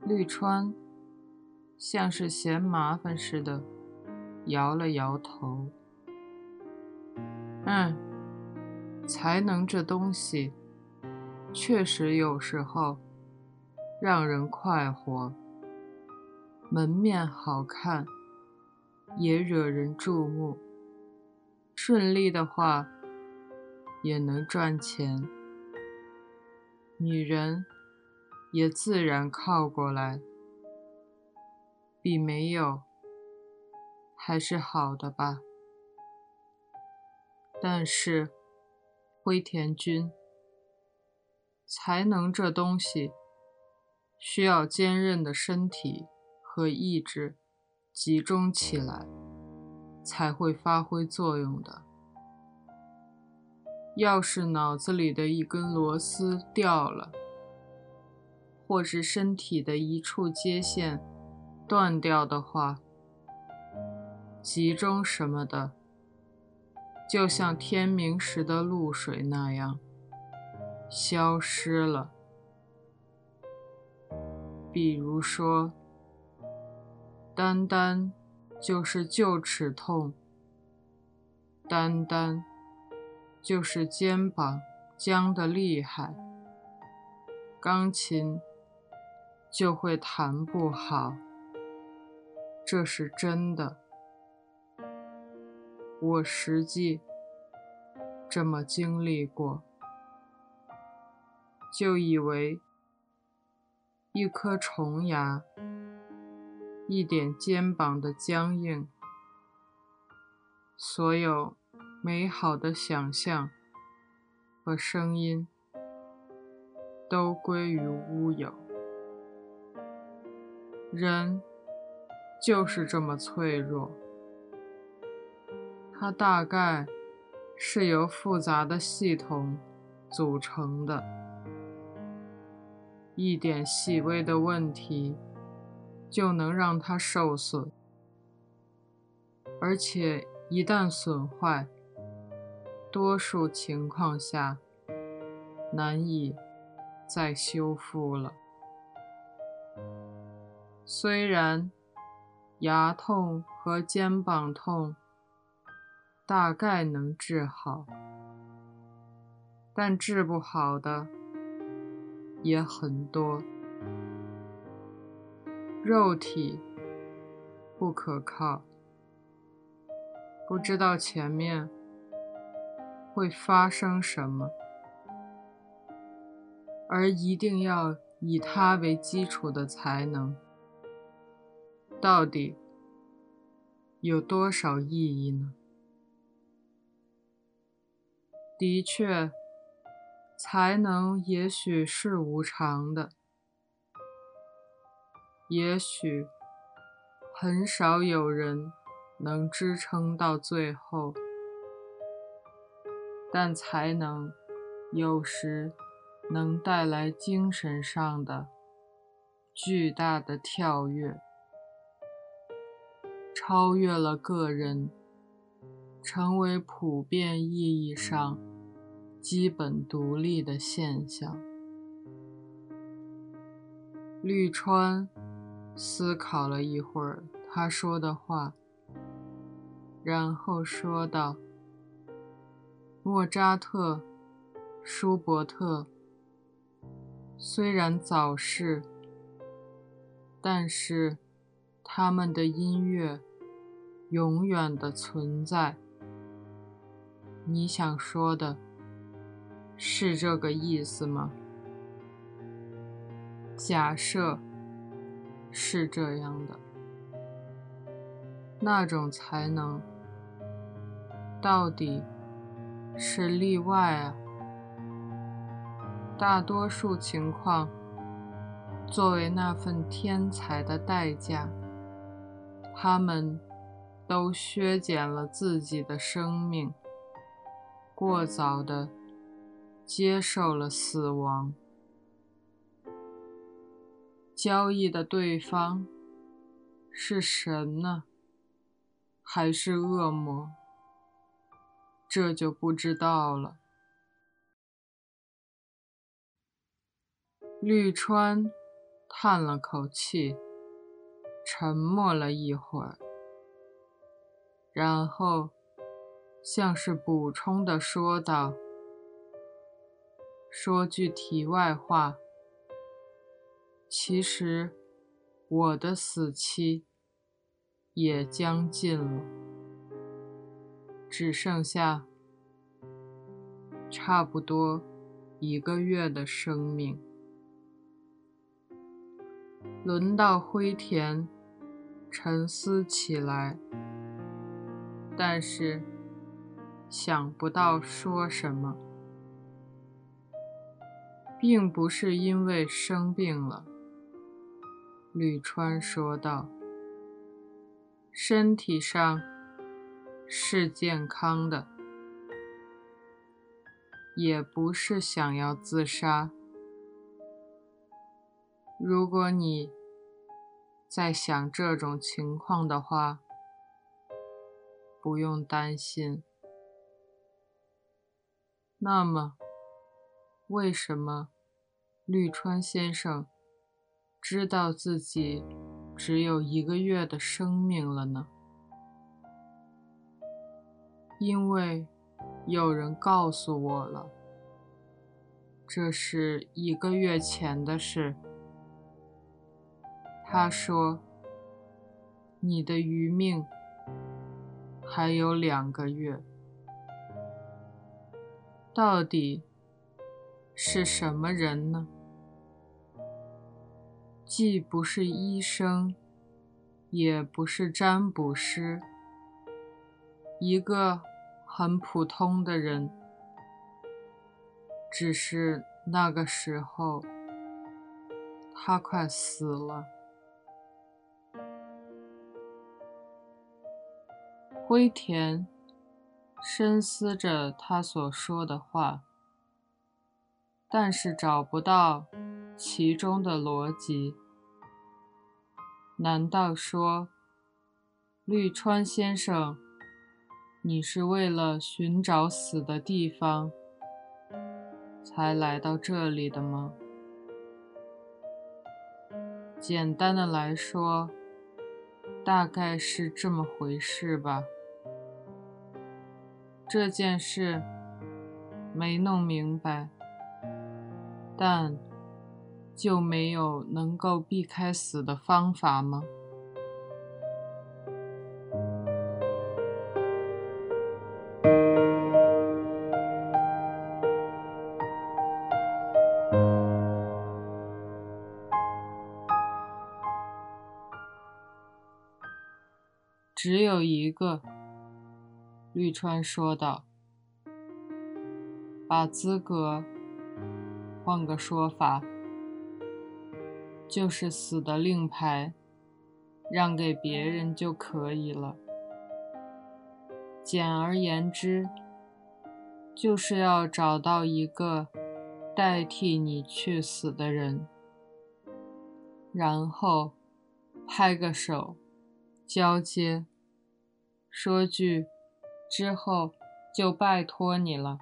绿川像是嫌麻烦似的摇了摇头。才能这东西确实有时候让人快活，门面好看，也惹人注目，顺利的话也能赚钱，女人也自然靠过来，比没有还是好的吧。但是灰田君，才能这东西需要坚韧的身体和意志集中起来才会发挥作用的。要是脑子里的一根螺丝掉了，或是身体的一处接线断掉的话，集中什么的就像天明时的露水那样消失了。比如说，单单就是臼齿痛，单单就是肩膀僵得厉害，钢琴就会弹不好，这是真的。我实际这么经历过，就以为一颗虫牙，一点肩膀的僵硬，所有美好的想象和声音都归于乌有。人就是这么脆弱，它大概是由复杂的系统组成的，一点细微的问题就能让它受损，而且一旦损坏，多数情况下难以再修复了。虽然牙痛和肩膀痛大概能治好，但治不好的也很多。肉体不可靠，不知道前面会发生什么，而一定要以它为基础的才能，到底有多少意义呢？的确，才能也许是无常的，也许很少有人能支撑到最后，但才能有时能带来精神上的巨大的跳跃，超越了个人，成为普遍意义上基本独立的现象。绿川思考了一会儿他说的话，然后说道：莫扎特、舒伯特虽然早逝，但是他们的音乐永远的存在。你想说的是这个意思吗？假设是这样的，那种才能到底是例外啊。大多数情况，作为那份天才的代价，他们都削减了自己的生命，过早地接受了死亡。交易的对方是神呢，还是恶魔？这就不知道了。绿川叹了口气，沉默了一会儿，然后像是补充地说道：说句题外话，其实我的死期也将近了，只剩下差不多1个月的生命。轮到灰田沉思起来，但是想不到说什么。并不是因为生病了，吕川说道，身体上是健康的，也不是想要自杀。如果你在想这种情况的话，不用担心。那么，为什么绿川先生知道自己只有1个月的生命了呢？因为有人告诉我了，这是1个月前的事。他说，你的余命还有2个月。到底是什么人呢？既不是医生，也不是占卜师，一个很普通的人，只是那个时候他快死了。灰田深思着他所说的话，但是找不到其中的逻辑。难道说，绿川先生，你是为了寻找死的地方才来到这里的吗？简单的来说，大概是这么回事吧。这件事没弄明白，但就没有能够避开死的方法吗？只有一个，绿川说道。把资格换个说法，就是死的令牌让给别人就可以了。简而言之，就是要找到一个代替你去死的人，然后拍个手，交接，说句之后就拜托你了，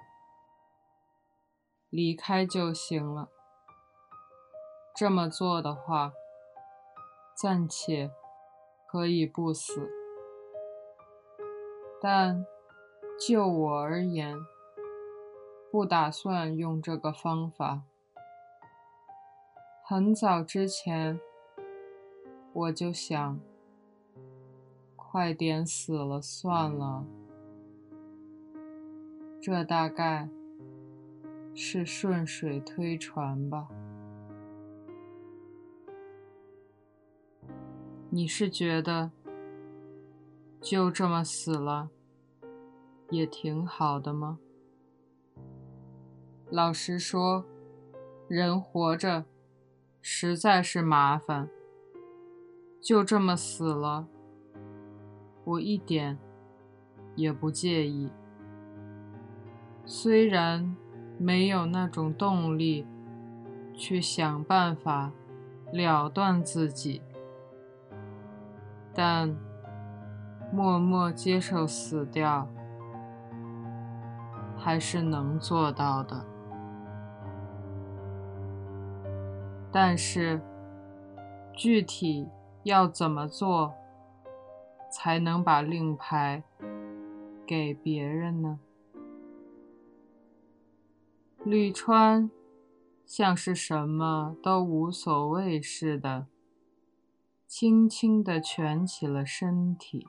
离开就行了。这么做的话，暂且可以不死，但就我而言，不打算用这个方法。很早之前我就想，快点死了算了。这大概是顺水推船吧。你是觉得就这么死了也挺好的吗？老实说，人活着实在是麻烦，就这么死了，我一点也不介意。虽然没有那种动力去想办法了断自己，但默默接受死掉还是能做到的。但是具体要怎么做才能把令牌给别人呢？吕川像是什么都无所谓似的，轻轻地蜷起了身体。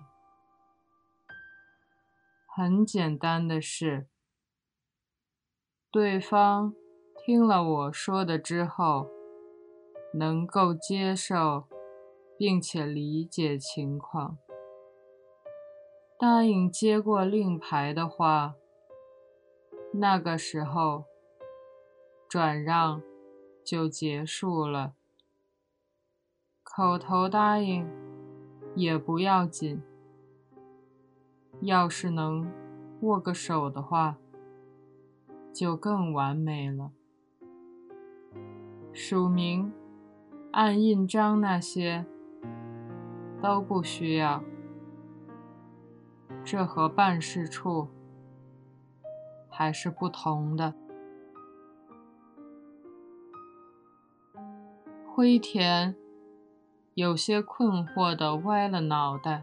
很简单的事，对方听了我说的之后，能够接受并且理解情况，答应接过令牌的话，那个时候转让就结束了。口头答应也不要紧，要是能握个手的话，就更完美了。署名、按印章那些都不需要，这和办事处还是不同的。灰田有些困惑地歪了脑袋，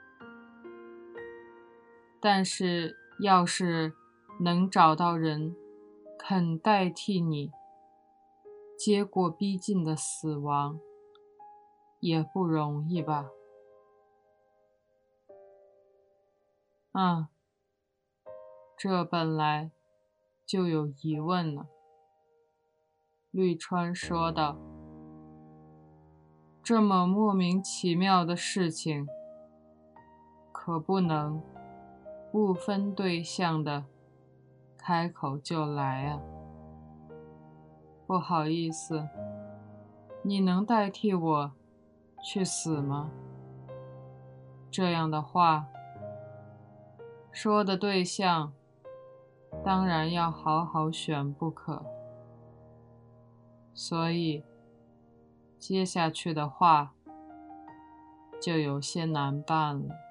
但是要是能找到人肯代替你接过逼近的死亡，也不容易吧？这本来就有疑问了。绿川说道，这么莫名其妙的事情，可不能不分对象的开口就来啊。不好意思，你能代替我去死吗？这样的话，说的对象当然要好好选不可。所以接下去的话就有些难办了。